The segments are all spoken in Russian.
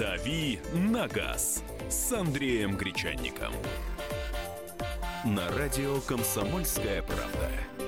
«Дави на газ» с Андреем Гречанником. На радио «Комсомольская правда».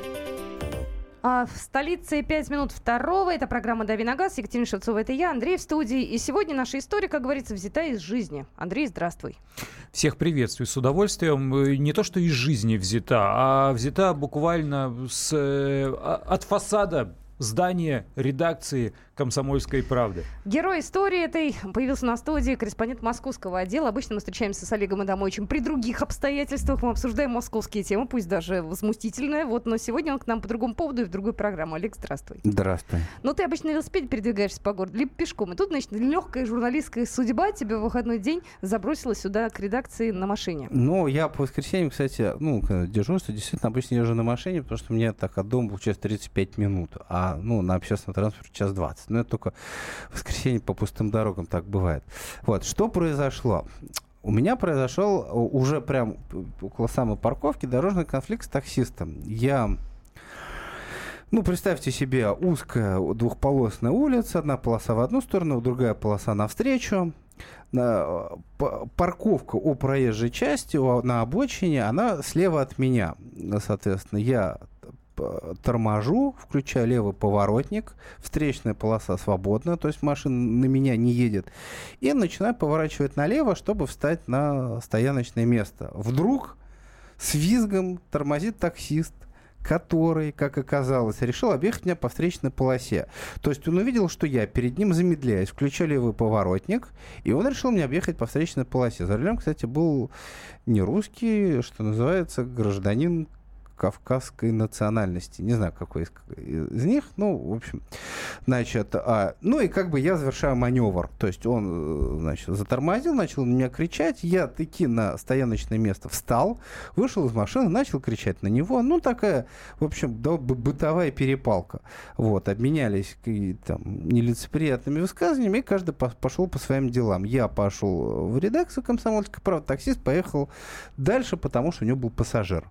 А в столице 5 минут второго. Это программа «Дави на газ». Екатерина Шевцова, это я, Андрей в студии. И сегодня наша история, как говорится, взята из жизни. Андрей, здравствуй. Всех приветствую с удовольствием. Не то, что из жизни взята, а взята буквально от фасада здания редакции «Комсомольской правды». Герой истории этой появился на студии, корреспондент московского отдела. Обычно мы встречаемся с Олегом Адамовичем при других обстоятельствах. Мы обсуждаем московские темы, пусть даже возмутительные. Но сегодня он к нам по другому поводу и в другую программу. Олег, здравствуй. Здравствуй. Ты обычно на велосипеде передвигаешься по городу, либо пешком. И тут, значит, легкая журналистская судьба тебя в выходной день забросила сюда к редакции на машине. Я по воскресеньям, кстати, дежурство, действительно, обычно езжу на машине, потому что мне так от дома получается 35 минут, а на общественном транспорте час 20. Но это только в воскресенье по пустым дорогам так бывает. Вот, что произошло? У меня произошел уже прям около самой парковки дорожный конфликт с таксистом. Представьте себе, узкая двухполосная улица, одна полоса в одну сторону, другая полоса навстречу. Парковка у проезжей части, на обочине, она слева от меня. Соответственно, я торможу, включаю левый поворотник, встречная полоса свободна, то есть машина на меня не едет, и начинаю поворачивать налево, чтобы встать на стояночное место. Вдруг с визгом тормозит таксист, который, как оказалось, решил объехать меня по встречной полосе. То есть он увидел, что я перед ним замедляюсь, включаю левый поворотник, и он решил меня объехать по встречной полосе. За рулем, кстати, был не русский, что называется, гражданин кавказской национальности. Не знаю, какой из них. В общем, значит, и как бы я завершаю маневр. То есть он, затормозил, начал на меня кричать. Я таки на стояночное место встал, вышел из машины, начал кричать на него. Такая, в общем, бытовая перепалка. Обменялись нелицеприятными высказываниями, и каждый пошел по своим делам. Я пошел в редакцию «Комсомольской правды», таксист поехал дальше, потому что у него был пассажир.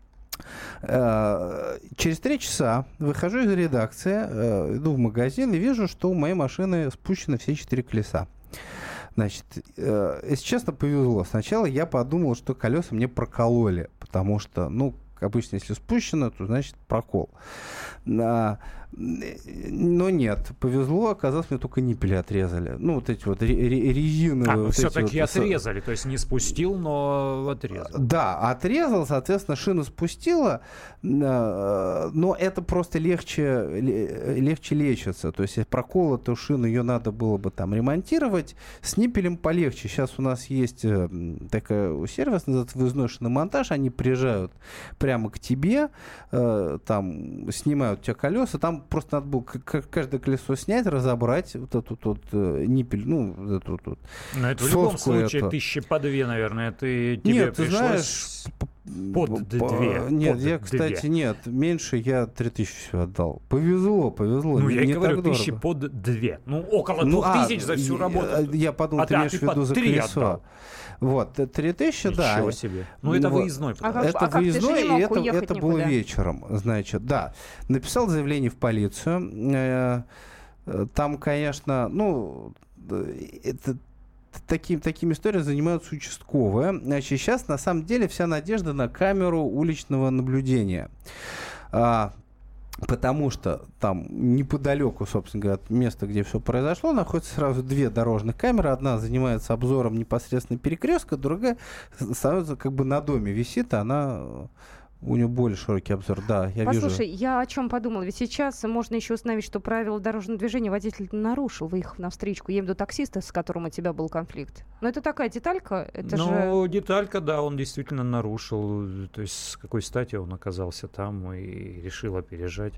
Через 3 часа выхожу из редакции, иду в магазин и вижу, что у моей машины спущены все 4 колеса. Значит, если честно, повезло. Сначала я подумал, что колеса мне прокололи, потому что, обычно, если спущено, то значит прокол. Но нет, повезло, оказалось, мне только ниппели отрезали. Эти резиновые. Все-таки отрезали, то есть не спустил, но отрезал. Да, отрезал, соответственно, шину спустила, но это просто легче лечится. То есть, если проколотую шину, ее надо было бы ремонтировать, с ниппелем полегче. Сейчас у нас есть такой сервис, называется выездной шиномонтаж, они приезжают прямо к тебе, снимают у тебя колеса, там просто надо было каждое колесо снять, разобрать, ниппель, Но это в любом случае 1000 наверное, тебе нет, пришлось... ты знаешь... Под 2. Нет, кстати, нет. Меньше я 3000 всего отдал. Повезло. Я и говорю, 1000 под 2. Около 2000 за всю работу. Я подумал, ты имеешь в виду за колесо. 3000, да. Ничего себе. Это выездной. Это выездной, и это было вечером. Значит, да. Написал заявление в полицию. Там, конечно, это... Такими историями занимаются участковые. Значит, сейчас, на самом деле, вся надежда на камеру уличного наблюдения. Потому что там неподалеку, собственно говоря, от места, где все произошло, находятся сразу 2 дорожных камеры. Одна занимается обзором непосредственно перекрестка, другая становится на доме висит, она... У него более широкий обзор, да, я вижу. Послушай, я о чем подумала? Ведь сейчас можно еще установить, что правила дорожного движения водитель нарушил, выехав на встречку. Я имею в виду таксиста, с которым у тебя был конфликт. Но это такая деталька. Деталька, да, он действительно нарушил. То есть с какой стати он оказался там и решил опережать.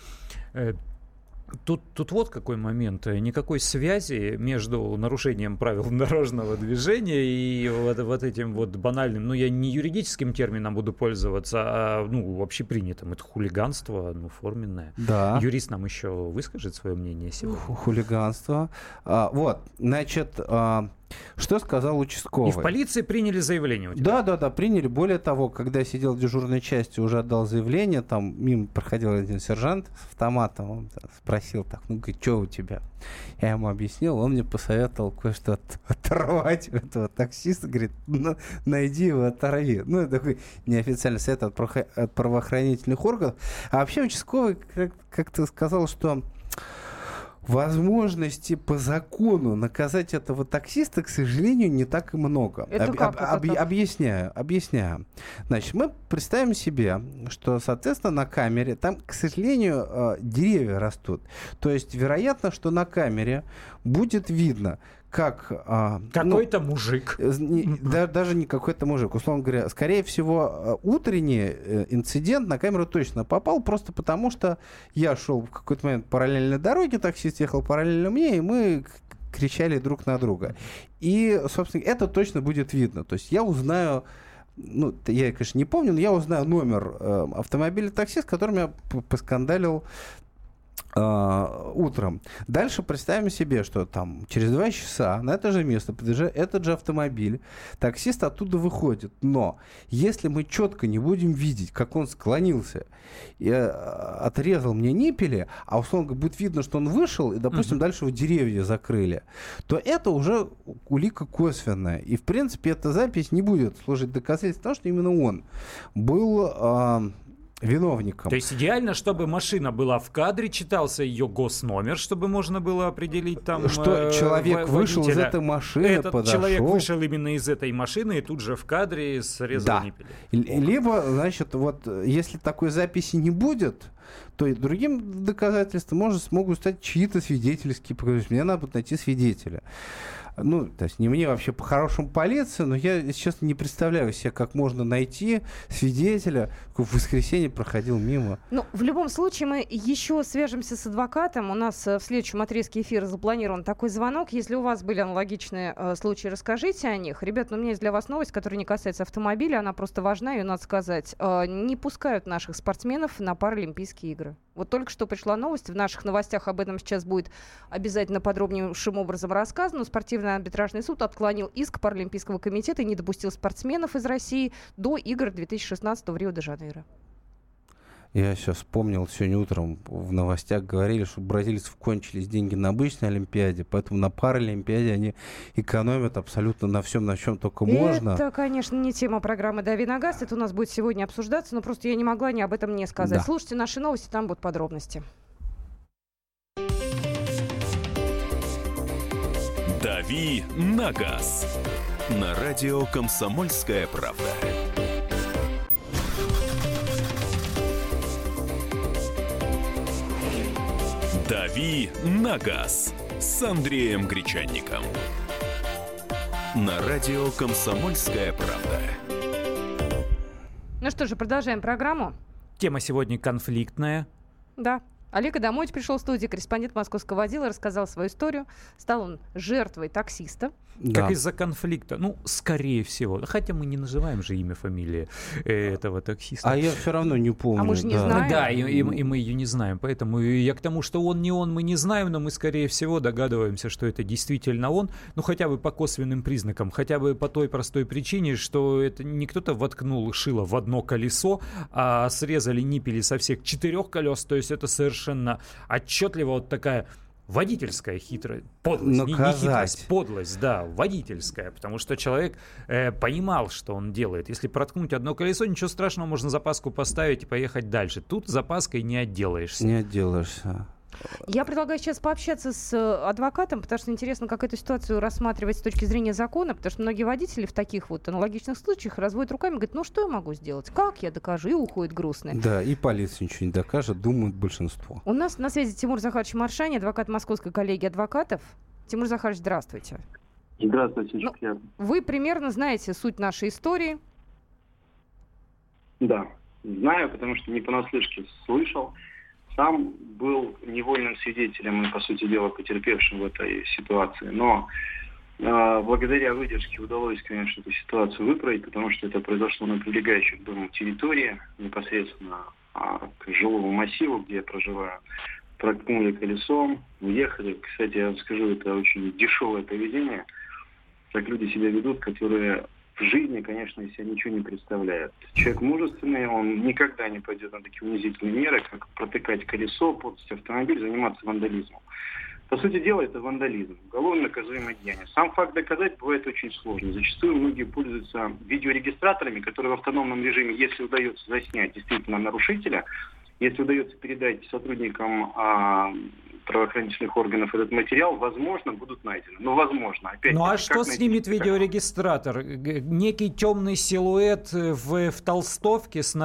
Тут вот какой момент. Никакой связи между нарушением правил дорожного движения и вот этим банальным, я не юридическим термином буду пользоваться, а общепринятым. Это хулиганство, форменное. Да. Юрист нам еще выскажет свое мнение сегодня. Хулиганство. Значит, Что сказал участковый? И в полиции приняли заявление у тебя? Да, приняли. Более того, когда я сидел в дежурной части, уже отдал заявление, там мимо проходил один сержант с автоматом, он спросил так, говорит, что у тебя? Я ему объяснил, он мне посоветовал кое-что оторвать у этого таксиста, говорит, найди его, оторви. Это такой неофициальный совет от правоохранительных органов. А вообще участковый как-то сказал, что возможности по закону наказать этого таксиста, к сожалению, не так и много. Объясняю. Значит, мы представим себе, что, соответственно, на камере, там, к сожалению, деревья растут. То есть, вероятно, что на камере будет видно, как... Какой-то мужик. Даже не какой-то мужик. Условно говоря, скорее всего, утренний инцидент на камеру точно попал, просто потому что я шел в какой-то момент по параллельной дороге, таксист ехал параллельно мне, и мы кричали друг на друга. И, собственно, это точно будет видно. То есть я узнаю... я, конечно, не помню, но я узнаю номер автомобиля такси, с которым я поскандалил утром. Дальше представим себе, что там через 2 часа на это же место подъезжает этот же автомобиль, таксист оттуда выходит. Но если мы четко не будем видеть, как он склонился и отрезал мне ниппели, а условно будет видно, что он вышел, и, допустим, дальше его деревья закрыли, то это уже улика косвенная. И, в принципе, эта запись не будет служить доказательством того, что именно он был... виновником. То есть идеально, чтобы машина была в кадре, читался ее госномер, чтобы можно было определить там что человек вышел из этой машины, этот подошел. Человек вышел именно из этой машины и тут же в кадре срезал ниппели. Либо, значит, если такой записи не будет, то и другим доказательством смогут стать чьи-то свидетельские показания. Мне надо найти свидетеля. То есть не мне вообще по-хорошему полиция, но я, если честно, не представляю себе, как можно найти свидетеля, в воскресенье проходил мимо. В любом случае мы еще свяжемся с адвокатом. У нас в следующем отрезке эфира запланирован такой звонок. Если у вас были аналогичные случаи, расскажите о них. Ребят, у меня есть для вас новость, которая не касается автомобиля, она просто важна, ее надо сказать. Не пускают наших спортсменов на Паралимпийские игры. Вот только что пришла новость, в наших новостях об этом сейчас будет обязательно подробнейшим образом рассказано. Спортивный арбитражный суд отклонил иск Паралимпийского комитета и не допустил спортсменов из России до игр 2016 в Рио-де-Жанейро. Я сейчас вспомнил, сегодня утром в новостях говорили, что у бразильцев кончились деньги на обычной Олимпиаде, поэтому на Паралимпиаде они экономят абсолютно на всем, на чем только можно. Это, конечно, не тема программы «Дави на газ», это у нас будет сегодня обсуждаться, но просто я не могла об этом не сказать. Да. Слушайте наши новости, там будут подробности. «Дави на газ» на радио «Комсомольская правда». «Дави на газ» с Андреем Гречанником. На радио «Комсомольская правда». Ну что же, продолжаем программу. Тема сегодня конфликтная. Да. Олег Адамович пришел в студию, корреспондент московского отдела, рассказал свою историю. Стал он жертвой таксиста. Да. Как из-за конфликта. Скорее всего. Хотя мы не называем же имя, фамилия этого таксиста. А я все равно не помню. А мы же не знаем. Да, и мы ее не знаем. Поэтому я к тому, что он не он, мы не знаем, но мы, скорее всего, догадываемся, что это действительно он. Хотя бы по косвенным признакам. Хотя бы по той простой причине, что это не кто-то воткнул шило в одно колесо, а срезали ниппели со всех 4 колес. То есть это совершенно отчетливо такая... водительская хитрость, подлость, не хитрость, подлость, да, водительская, потому что человек понимал, что он делает. Если проткнуть одно колесо, ничего страшного, можно запаску поставить и поехать дальше. Тут запаской не отделаешься. Не отделаешься. Я предлагаю сейчас пообщаться с адвокатом, потому что интересно, как эту ситуацию рассматривать с точки зрения закона, потому что многие водители в таких аналогичных случаях разводят руками, говорят, что я могу сделать, как я докажу, и уходят грустные. Да, и полиция ничего не докажет, думают большинство. У нас на связи Тимур Захарович Маршани, адвокат Московской коллегии адвокатов. Тимур Захарович, здравствуйте. Здравствуйте. Вы примерно знаете суть нашей истории? Да, знаю, потому что не понаслышке слышал. Сам был невольным свидетелем и, по сути дела, потерпевшим в этой ситуации. Но благодаря выдержке удалось, конечно, эту ситуацию выправить, потому что это произошло на прилегающей к дому территории, непосредственно к жилому массиву, где я проживаю. Проткнули колесом, уехали. Кстати, я вам скажу, это очень дешевое поведение. как люди себя ведут, которые в жизни, конечно, из себя ничего не представляют. Человек мужественный, он никогда не пойдет на такие унизительные меры, как протыкать колесо, портить автомобиль, заниматься вандализмом. По сути дела, это вандализм, уголовно наказуемое деяние. Сам факт доказать бывает очень сложно. Зачастую многие пользуются видеорегистраторами, которые в автономном режиме, если удается заснять действительно нарушителя, если удается передать сотрудникам правоохранительных органов этот материал, возможно, будут найдены. Но возможно. Опять ну а что снимет видеорегистратор? Некий темный силуэт в толстовке с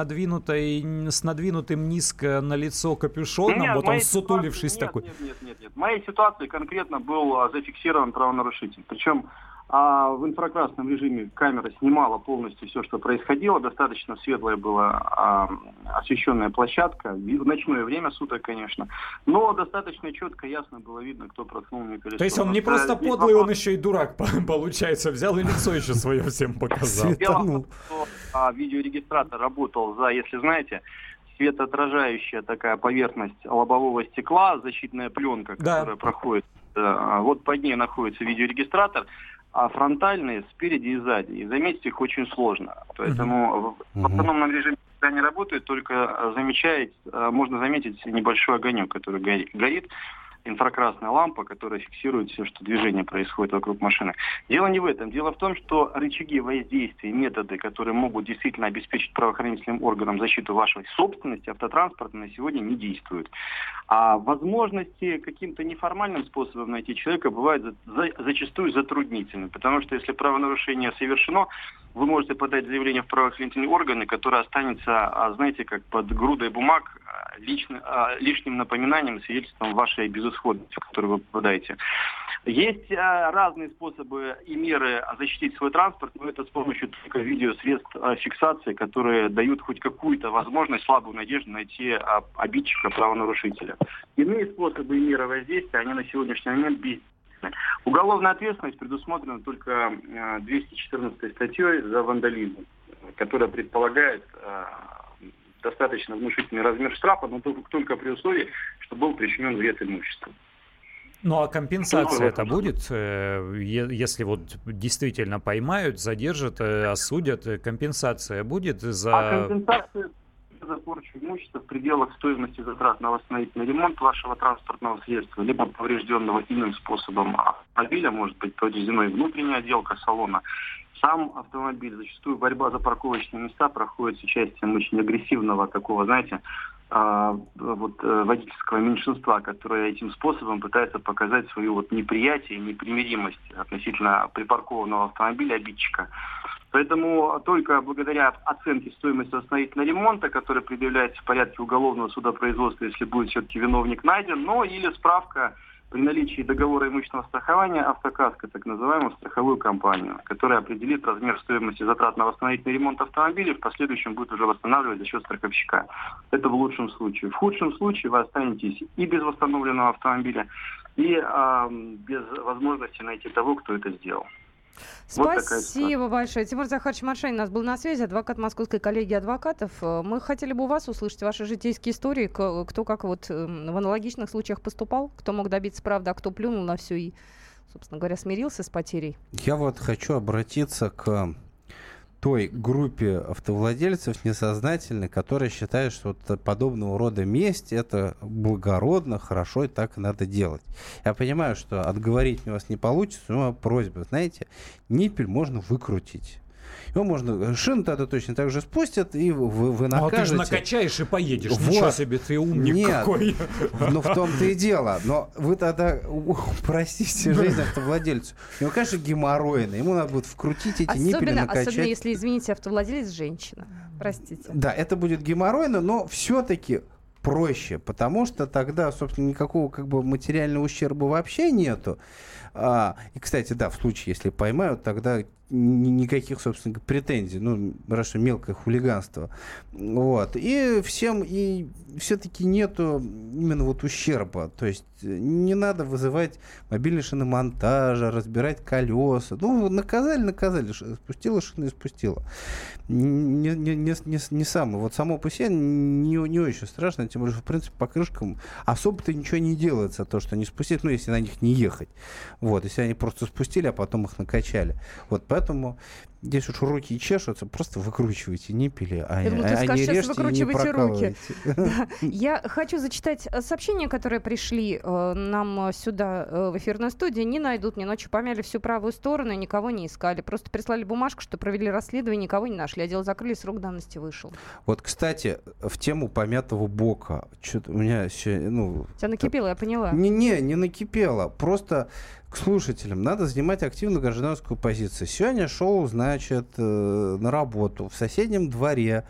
надвинутым низко на лицо капюшоном, нет, вот он сутулившись такой. Нет. В моей ситуации конкретно был зафиксирован правонарушитель. Причем в инфракрасном режиме камера снимала полностью все, что происходило. Достаточно светлая была освещенная площадка. В ночное время суток, конечно. Но достаточно четко, ясно было видно, кто проткнул мне колесо. То есть он не просто подлый, он еще и дурак, получается. Взял и лицо еще свое всем показал. Дело в том, что видеорегистратор работал за, если знаете, светоотражающая такая поверхность лобового стекла, защитная пленка, которая проходит. Вот под ней находится видеорегистратор, а фронтальные спереди и сзади. И заметить их очень сложно. Поэтому в автономном режиме, когда они работают, только можно заметить небольшой огонек, который горит. Инфракрасная лампа, которая фиксирует все, что движение происходит вокруг машины. Дело не в этом. Дело в том, что рычаги воздействия, методы, которые могут действительно обеспечить правоохранительным органам защиту вашей собственности, автотранспорта на сегодня не действуют. А возможности каким-то неформальным способом найти человека бывают зачастую затруднительны. Потому что если правонарушение совершено, вы можете подать заявление в правоохранительные органы, которое останется, знаете, как под грудой бумаг, лишним напоминанием, свидетельством вашей безысходности, в которую вы попадаете. Есть разные способы и меры защитить свой транспорт, но это с помощью только видеосредств фиксации, которые дают хоть какую-то возможность, слабую надежду найти обидчика, правонарушителя. Иные способы и меры воздействия, они на сегодняшний момент бессмысленны. Уголовная ответственность предусмотрена только 214 статьей за вандализм, которая предполагает достаточно внушительный размер штрафа, но только при условии, что был причинен вред имуществу. Ну а компенсация это будет, если вот действительно поймают, задержат, осудят, компенсация будет за... Компенсация за порчу имущества в пределах стоимости затрат на восстановительный ремонт вашего транспортного средства, либо поврежденного иным способом автомобиля, может быть повреждена и внутренняя отделка салона. Сам автомобиль, зачастую борьба за парковочные места проходит с участием очень агрессивного такого, знаете, водительского меньшинства, которое этим способом пытается показать свою неприятие и непримиримость относительно припаркованного автомобиля обидчика. Поэтому только благодаря оценке стоимости восстановительного ремонта, которая предъявляется в порядке уголовного судопроизводства, если будет все-таки виновник найден, или справка при наличии договора имущественного страхования автокаска, так называемую страховую компанию, которая определит размер стоимости затрат на восстановительный ремонт автомобиля и в последующем будет уже восстанавливать за счет страховщика. Это в лучшем случае. В худшем случае вы останетесь и без восстановленного автомобиля, и без возможности найти того, кто это сделал. Спасибо большое. Тимур Захарович Маршанин у нас был на связи, адвокат Московской коллегии адвокатов. Мы хотели бы у вас услышать ваши житейские истории, кто как в аналогичных случаях поступал, кто мог добиться правды, а кто плюнул на все и, собственно говоря, смирился с потерей. Я хочу обратиться к той группе автовладельцев несознательной, которые считают, что подобного рода месть — это благородно, хорошо, и так и надо делать. Я понимаю, что отговорить вас не получится, но просьба, знаете, ниппель можно выкрутить. Его можно, шину тогда точно так же спустят, и вы накажете. А ты же накачаешь и поедешь. Ничего себе, ты умник какой. Ну, в том-то и дело. Но вы тогда упростите жизнь автовладельцу. Ему, конечно, геморройно. Ему надо будет вкрутить эти ниппели, накачать. Особенно, если, извините, автовладелец женщина. Простите. Да, это будет геморройно, но все-таки проще, потому что тогда, собственно, никакого материального ущерба вообще нету. И, кстати, да, в случае, если поймают, тогда никаких, собственно, претензий, разве мелкое хулиганство. Вот. И все-таки нету именно ущерба. То есть не надо вызывать мобильный шиномонтаж, разбирать колеса. Наказали, спустила шины и спустила. Не самое. Вот само по себе не очень страшно, тем более, что, в принципе, по крышкам особо-то ничего не делается, то, что не спустить, если на них не ехать. Вот, если они просто спустили, а потом их накачали. Вот, поэтому, здесь уж руки чешутся, просто выкручивайте ниппели, а не режьте и не прокалывайте. Да. Я хочу зачитать сообщения, которые пришли нам сюда в эфирную студию. Не найдут, мне ночью помяли всю правую сторону и никого не искали. Просто прислали бумажку, что провели расследование, никого не нашли. А дело закрыли, срок давности вышел. Вот, кстати, в тему помятого бока. Что-то у меня еще... Тебя накипело, я поняла. Не накипело. Просто к слушателям надо занимать активную гражданскую позицию. Сегодня шел, значит, на работу. В соседнем дворе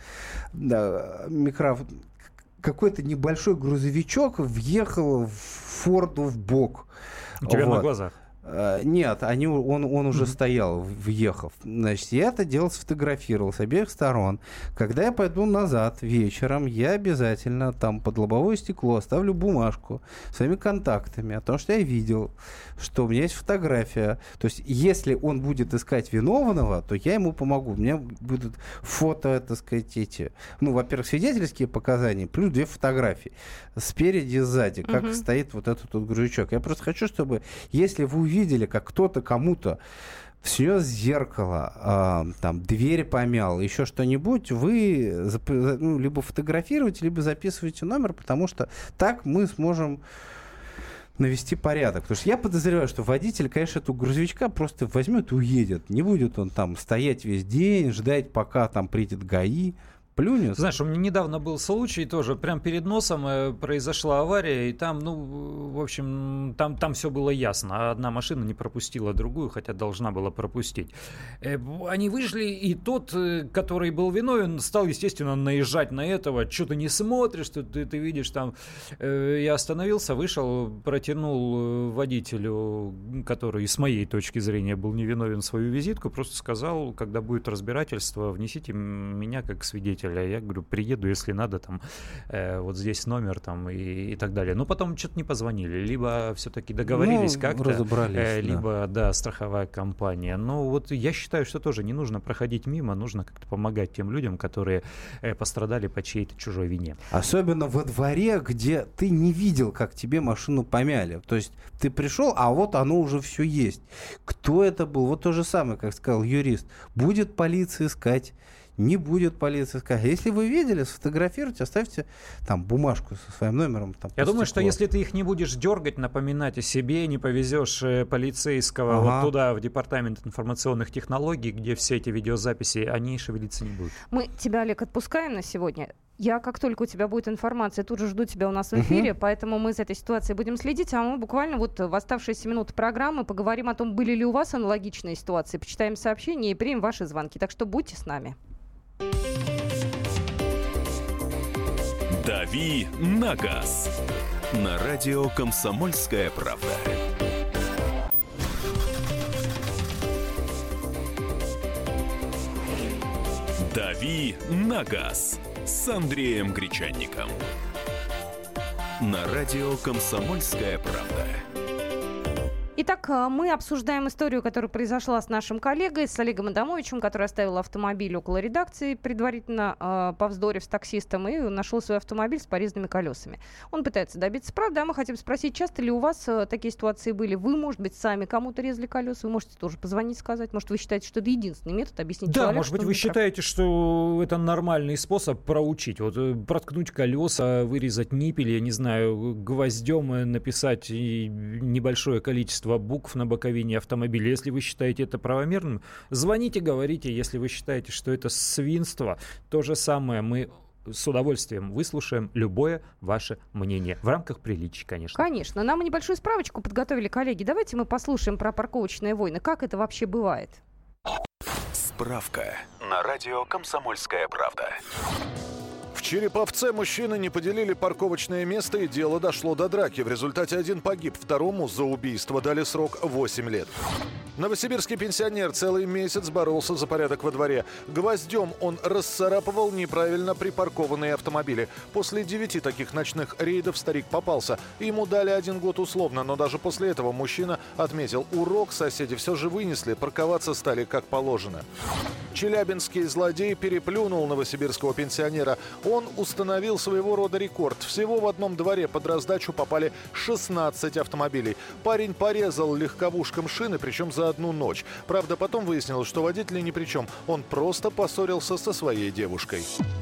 какой-то небольшой грузовичок въехал в Форду в бок. У тебя на глазах? Нет, он уже стоял, въехав. Значит, я это дело сфотографировал с обеих сторон. Когда я пойду назад вечером, я обязательно там под лобовое стекло оставлю бумажку с своими контактами о том, что я видел, что у меня есть фотография. То есть, если он будет искать виновного, то я ему помогу. У меня будут фото, так сказать, во-первых, свидетельские показания, плюс 2 фотографии спереди и сзади, как стоит вот этот грузовичок. Я просто хочу, чтобы, если вы увидели, как кто-то кому-то снес зеркало, дверь помял, еще что-нибудь, вы либо фотографируете, либо записываете номер, потому что так мы сможем навести порядок. Потому что я подозреваю, что водитель, конечно, этого грузовичка просто возьмет и уедет. Не будет он там стоять весь день, ждать, пока там приедет ГАИ. Плюнет. Знаешь, у меня недавно был случай тоже, прям перед носом произошла авария, и там, в общем, там все было ясно. Одна машина не пропустила другую, хотя должна была пропустить. Они вышли, и тот, который был виновен, стал, естественно, наезжать на этого. Что ты не смотришь, что ты видишь там. Я остановился, вышел, протянул водителю, который с моей точки зрения был невиновен, свою визитку, просто сказал, когда будет разбирательство, внесите меня как свидетеля. Я говорю, приеду, если надо, там, вот здесь номер, там, и так далее. Но потом что-то не позвонили. Либо все-таки договорились как-то, разобрались, либо, страховая компания. Но вот я считаю, что тоже не нужно проходить мимо, нужно как-то помогать тем людям, которые пострадали по чьей-то чужой вине. Особенно во дворе, где ты не видел, как тебе машину помяли. То есть ты пришел, а вот оно уже все есть. Кто это был? Вот то же самое, как сказал юрист. Будет полиция искать, не будет полиция искать. Если вы видели, сфотографируйте, оставьте там бумажку со своим номером. Я думаю, что если ты их не будешь дергать, напоминать о себе, не повезешь полицейского вот туда, в департамент информационных технологий, где все эти видеозаписи, они шевелиться не будут. Мы тебя, Олег, отпускаем на сегодня. Я, как только у тебя будет информация, тут же жду тебя у нас в эфире, поэтому мы за этой ситуацией будем следить, а мы буквально вот в оставшиеся минуты программы поговорим о том, были ли у вас аналогичные ситуации, почитаем сообщения и примем ваши звонки. Так что будьте с нами. «Дави на газ» на радио «Комсомольская правда». «Дави на газ» с Андреем Гречанником. На радио «Комсомольская правда». Итак, мы обсуждаем историю, которая произошла с нашим коллегой, с Олегом Адамовичем, который оставил автомобиль около редакции, предварительно повздорив с таксистом, и нашел свой автомобиль с порезанными колесами. Он пытается добиться правды, а мы хотим спросить, часто ли у вас такие ситуации были? Вы, может быть, сами кому-то резали колеса, вы можете тоже позвонить, сказать. Может, вы считаете, что это единственный метод объяснить человеку? Да, может быть, вы считаете, что это нормальный способ проучить. Вот проткнуть колеса, вырезать ниппель, я не знаю, гвоздем написать небольшое количество букв на боковине автомобиля. Если вы считаете это правомерным, звоните, говорите. Если вы считаете, что это свинство, то же самое. Мы с удовольствием выслушаем любое ваше мнение. В рамках приличий, конечно. Конечно. Нам небольшую справочку подготовили коллеги. Давайте мы послушаем про парковочные войны. Как это вообще бывает? Справка на радио «Комсомольская правда». Череповце мужчины не поделили парковочное место, и дело дошло до драки. В результате один погиб, второму за убийство дали срок 8 лет. Новосибирский пенсионер целый месяц боролся за порядок во дворе. Гвоздем он расцарапывал неправильно припаркованные автомобили. После 9 таких ночных рейдов старик попался. Ему дали 1 год условно, но даже после этого мужчина отметил: урок соседи все же вынесли, парковаться стали как положено. Челябинский злодей переплюнул новосибирского пенсионера. Он установил своего рода рекорд. Всего в одном дворе под раздачу попали 16 автомобилей. Парень порезал легковушкам шины, причем за одну ночь. Правда, потом выяснилось, что водитель ни при чем. Он просто поссорился со своей девушкой.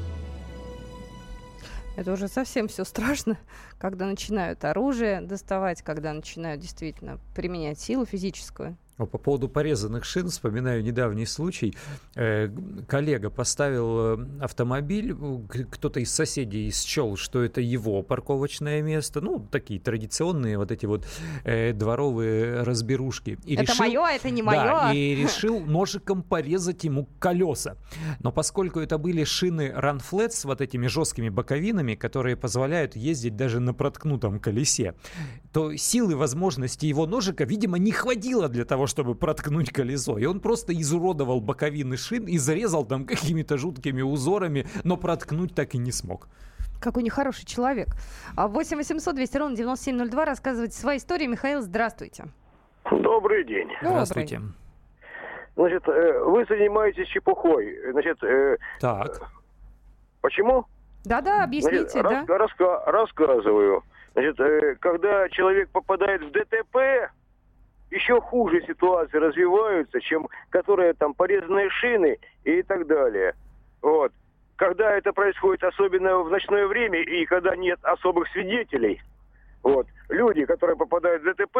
Это уже совсем все страшно, когда начинают оружие доставать, когда начинают действительно применять силу физическую. По поводу порезанных шин вспоминаю недавний случай. Коллега поставил автомобиль, кто-то из соседей счел, что это его парковочное место. Ну, такие традиционные вот эти вот дворовые разберушки. И это мое, это не мое. Да, и решил ножиком порезать ему колеса. Но поскольку это были шины Run Flat с вот этими жесткими боковинами, которые позволяют ездить даже на проткнутом колесе, то силы и возможности его ножика, видимо, не хватило для того, чтобы проткнуть колесо. И он просто изуродовал боковины шин и зарезал там какими-то жуткими узорами, но проткнуть так и не смог. Какой нехороший человек. 8 800 200 ровно 9702. Рассказывайте свои истории. Михаил, здравствуйте. Добрый день. Здравствуйте. Значит, вы занимаетесь чепухой. Значит, так. Почему? Да-да, объясните. Значит, рассказываю. Значит, когда человек попадает в ДТП, еще хуже ситуации развиваются, чем которые там порезанные шины и так далее. Вот. Когда это происходит, особенно в ночное время, и когда нет особых свидетелей, вот, люди, которые попадают в ДТП,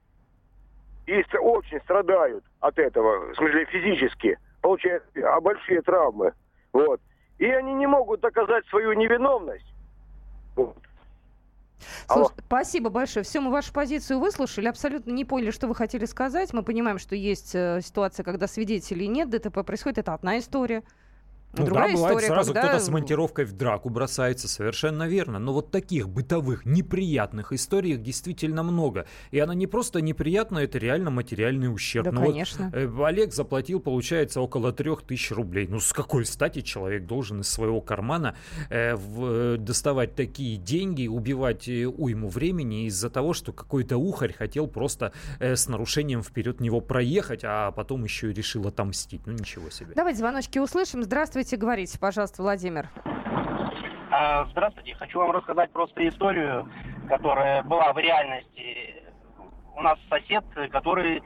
очень страдают от этого, в смысле физически, получают большие травмы. Вот. И они не могут доказать свою невиновность. Вот. Слушай, спасибо большое. Все, мы вашу позицию выслушали, абсолютно не поняли, что вы хотели сказать. Мы понимаем, что есть ситуация, когда свидетелей нет, ДТП происходит, это одна история. Ну другая да, бывает история, сразу когда... кто-то с монтировкой в драку бросается, совершенно верно. Но вот таких бытовых, неприятных историй их действительно много. И она не просто неприятная, это реально материальный ущерб. Да, ну, конечно. Вот, Олег заплатил, получается, около 3000 рублей. Ну, с какой стати человек должен из своего кармана доставать такие деньги, убивать уйму времени из-за того, что какой-то ухарь хотел просто с нарушением вперед него проехать, а потом еще и решил отомстить. Ну, ничего себе. Давайте звоночки услышим. Здравствуйте, говорите, пожалуйста, Владимир. Здравствуйте. Хочу вам рассказать просто историю, которая была в реальности. У нас сосед, который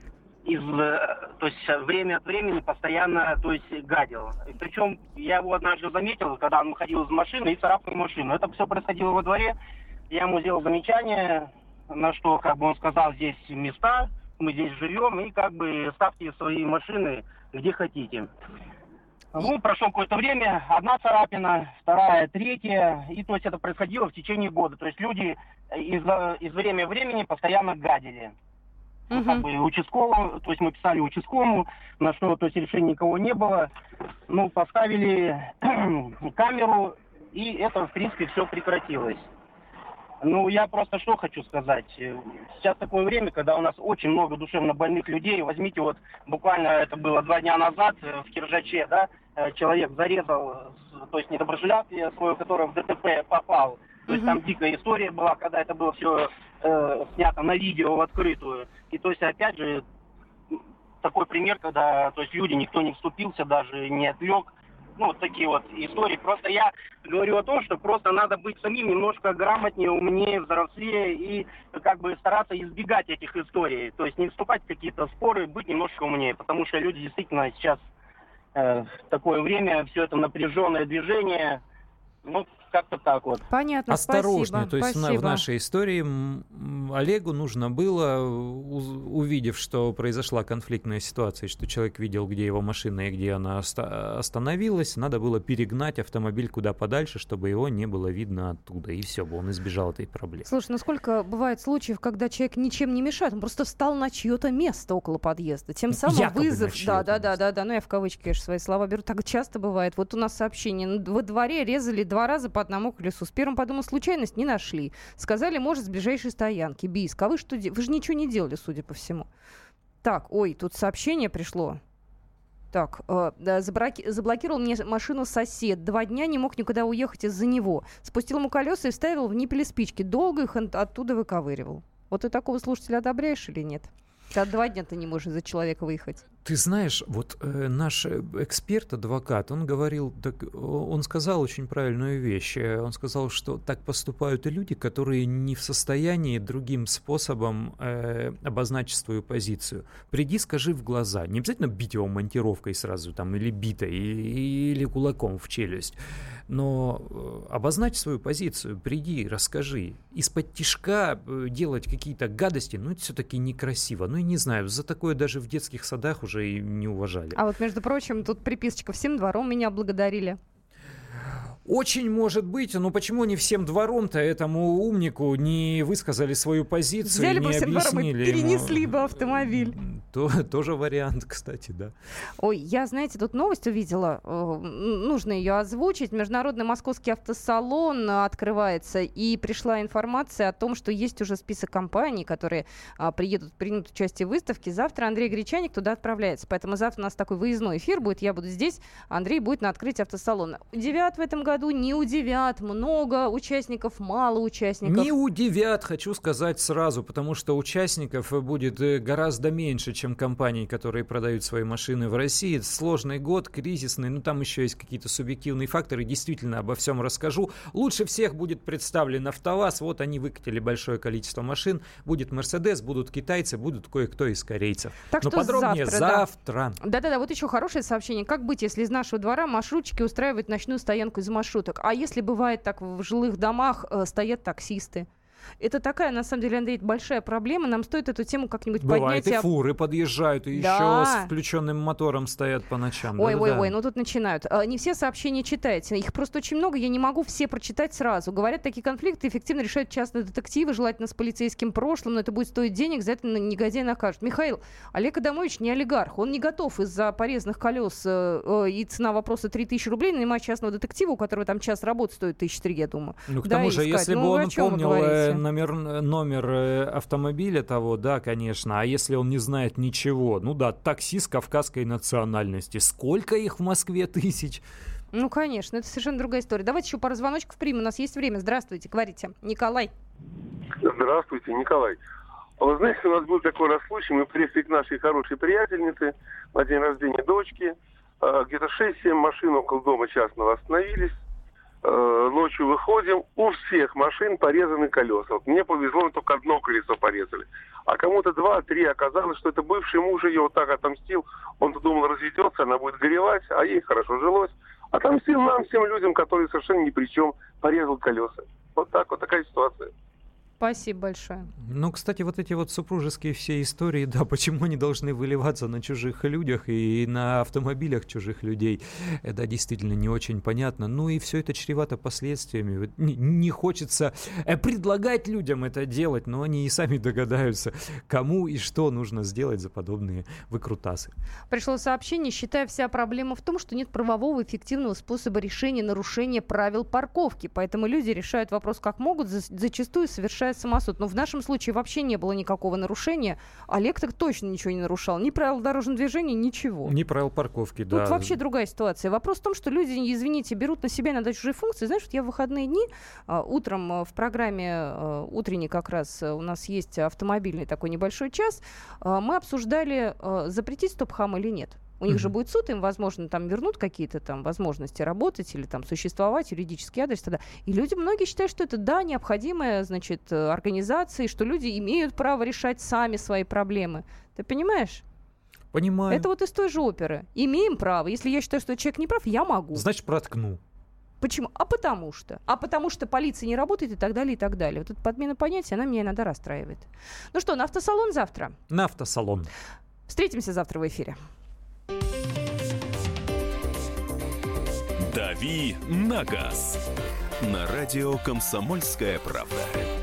то есть время от времени постоянно, то есть, гадил. Причем я его однажды заметил, когда он выходил из машины и царапал машину. Это все происходило во дворе. Я ему сделал замечание, на что, как бы, он сказал: здесь места, мы здесь живем, и как бы ставьте свои машины где хотите. Ну, прошло какое-то время, одна царапина, вторая, третья, и то есть это происходило в течение года. То есть люди из времени в времени постоянно гадили. Ну, как бы участковому, то есть мы писали участковому, на что, то есть решения никого не было. Ну, поставили камеру, и это, в принципе, все прекратилось. Ну, я просто что хочу сказать. Сейчас такое время, когда у нас очень много душевно больных людей. Возьмите, вот буквально это было 2 дня назад в Киржаче, да, человек зарезал, то есть недоброжелателя своего, который в ДТП попал. То есть там дикая история была, когда это было все снято на видео в открытую. И то есть опять же такой пример, когда, то есть люди, никто не вступился, даже не отвлек. Ну, вот такие вот истории. Просто я говорю о том, что просто надо быть самим немножко грамотнее, умнее, взрослее и как бы стараться избегать этих историй. То есть не вступать в какие-то споры, быть немножко умнее. Потому что люди действительно сейчас такое время, все это напряженное движение. Ну, как-то так вот. Понятно, осторожнее. спасибо. То есть спасибо. в нашей истории Олегу нужно было, увидев, что произошла конфликтная ситуация, что человек видел, где его машина и где она остановилась, надо было перегнать автомобиль куда подальше, чтобы его не было видно оттуда. И все, он избежал этой проблемы. Слушай, ну сколько бывает случаев, когда человек ничем не мешает, он просто встал на чье-то место около подъезда. Тем самым якобы вызов... Да, ну я в кавычки, конечно, свои слова беру. Так часто бывает. Вот у нас сообщение. Во дворе резали 2 раза по одному колесу. С первым, подумал, случайность, не нашли. Сказали, может, с ближайшей стоянки. Бийск. А вы что делали? Вы же ничего не делали, судя по всему. Так, ой, тут сообщение пришло. Так, заблокировал мне машину сосед. 2 дня не мог никуда уехать из-за него. Спустил ему колеса и вставил в ниппели спички. Долго их оттуда выковыривал. Вот ты такого слушателя одобряешь или нет? Когда 2 дня ты не можешь за человека выехать. Ты знаешь, вот наш эксперт, адвокат, он говорил, он сказал очень правильную вещь. Он сказал, что так поступают и люди, которые не в состоянии другим способом обозначить свою позицию. Приди, скажи в глаза. Не обязательно бить его монтировкой сразу, там, или битой, или кулаком в челюсть. Но обозначь свою позицию, приди, расскажи. Из-под тишка делать какие-то гадости, ну, это все-таки некрасиво. Ну, я не знаю, за такое даже в детских садах уже и не уважали. А вот, между прочим, тут приписочка: всем двором меня благодарили. Очень может быть, но почему не всем двором-то этому умнику не высказали свою позицию, взяли не бы всем двором и перенесли бы автомобиль. Тоже вариант, кстати, да. Ой, я, знаете, тут новость увидела, нужно ее озвучить. Международный московский автосалон открывается, и пришла информация о том, что есть уже список компаний, которые примут участие в выставке. Завтра Андрей Гречаник туда отправляется, поэтому завтра у нас такой выездной эфир будет, я буду здесь, Андрей будет на открытии автосалона. Удивят в этом году, не удивят, много участников, мало участников. Не удивят, хочу сказать сразу, потому что участников будет гораздо меньше, чем компаний, которые продают свои машины в России. Это сложный год, кризисный, ну там еще есть какие-то субъективные факторы, действительно обо всем расскажу. Лучше всех будет представлен АвтоВАЗ, вот они выкатили большое количество машин, будет Мерседес, будут китайцы, будут кое-кто из корейцев. Так но что подробнее завтра. Да-да-да, вот еще хорошее сообщение. Как быть, если из нашего двора маршрутчики устраивают ночную стоянку из маршруток? А если бывает так, в жилых домах стоят таксисты? Это такая, на самом деле, Андрей, большая проблема. Нам стоит эту тему как-нибудь поднять. Бывает, и фуры подъезжают, и еще с включенным мотором стоят по ночам. Ой, ну тут начинают. Не все сообщения читаете. Их просто очень много, я не могу все прочитать сразу. Говорят, такие конфликты эффективно решают частные детективы, желательно с полицейским прошлым, но это будет стоить денег, за это негодяй накажут. Михаил, Олег Адамович не олигарх. Он не готов из-за порезанных колес и цена вопроса 3000 рублей нанимать частного детектива, у которого там час работы стоит 1003, я думаю. Ну, к тому же, если бы он помнил номер автомобиля того, да, конечно. А если он не знает ничего? Ну да, таксист кавказской национальности. Сколько их в Москве тысяч? Ну, конечно, это совершенно другая история. Давайте еще пару звоночков примем. У нас есть время. Здравствуйте, говорите. Николай. Здравствуйте, Николай. Вы знаете, у нас был такой раз случай. Мы приехали к нашей хорошей приятельнице на день рождения дочки. Где-то 6-7 машин около дома частного остановились. Ночью выходим, у всех машин порезаны колеса. Вот мне повезло, только одно колесо порезали. А кому-то 2-3 оказалось, что это бывший муж ее вот так отомстил. Он-то думал, разведется, она будет горевать, а ей хорошо жилось. Отомстил нам, всем людям, которые совершенно ни при чем, порезал колеса. Вот так вот такая ситуация. Спасибо большое. Ну, кстати, вот эти вот супружеские все истории, да, почему они должны выливаться на чужих людях и на автомобилях чужих людей, это действительно не очень понятно. Ну и все это чревато последствиями. Не хочется предлагать людям это делать, но они и сами догадаются, кому и что нужно сделать за подобные выкрутасы. Пришло сообщение: считаю, вся проблема в том, что нет правового эффективного способа решения нарушения правил парковки. Поэтому люди решают вопрос как могут, зачастую совершают самосуд. Но в нашем случае вообще не было никакого нарушения. Олег так точно ничего не нарушал. Ни правил дорожного движения, ничего. Ни правил парковки, да. Тут вообще другая ситуация. Вопрос в том, что люди, извините, берут на себя иногда чужие функции. Знаешь, вот я в выходные дни утром в программе утренней как раз у нас есть автомобильный такой небольшой час. Мы обсуждали, запретить стоп-хам или нет. У них же будет суд, им, возможно, там вернут какие-то там возможности работать или там существовать, юридический адрес тогда. И люди, многие считают, что это, да, необходимая, значит, организация, и что люди имеют право решать сами свои проблемы. Ты понимаешь? Понимаю. Это вот из той же оперы. Имеем право. Если я считаю, что человек не прав, я могу. Значит, проткну. Почему? А потому что. А потому что полиция не работает и так далее, и так далее. Вот эта подмена понятий, она меня иногда расстраивает. Ну что, на автосалон завтра? На автосалон. Встретимся завтра в эфире. «Дави на газ» на радио «Комсомольская правда».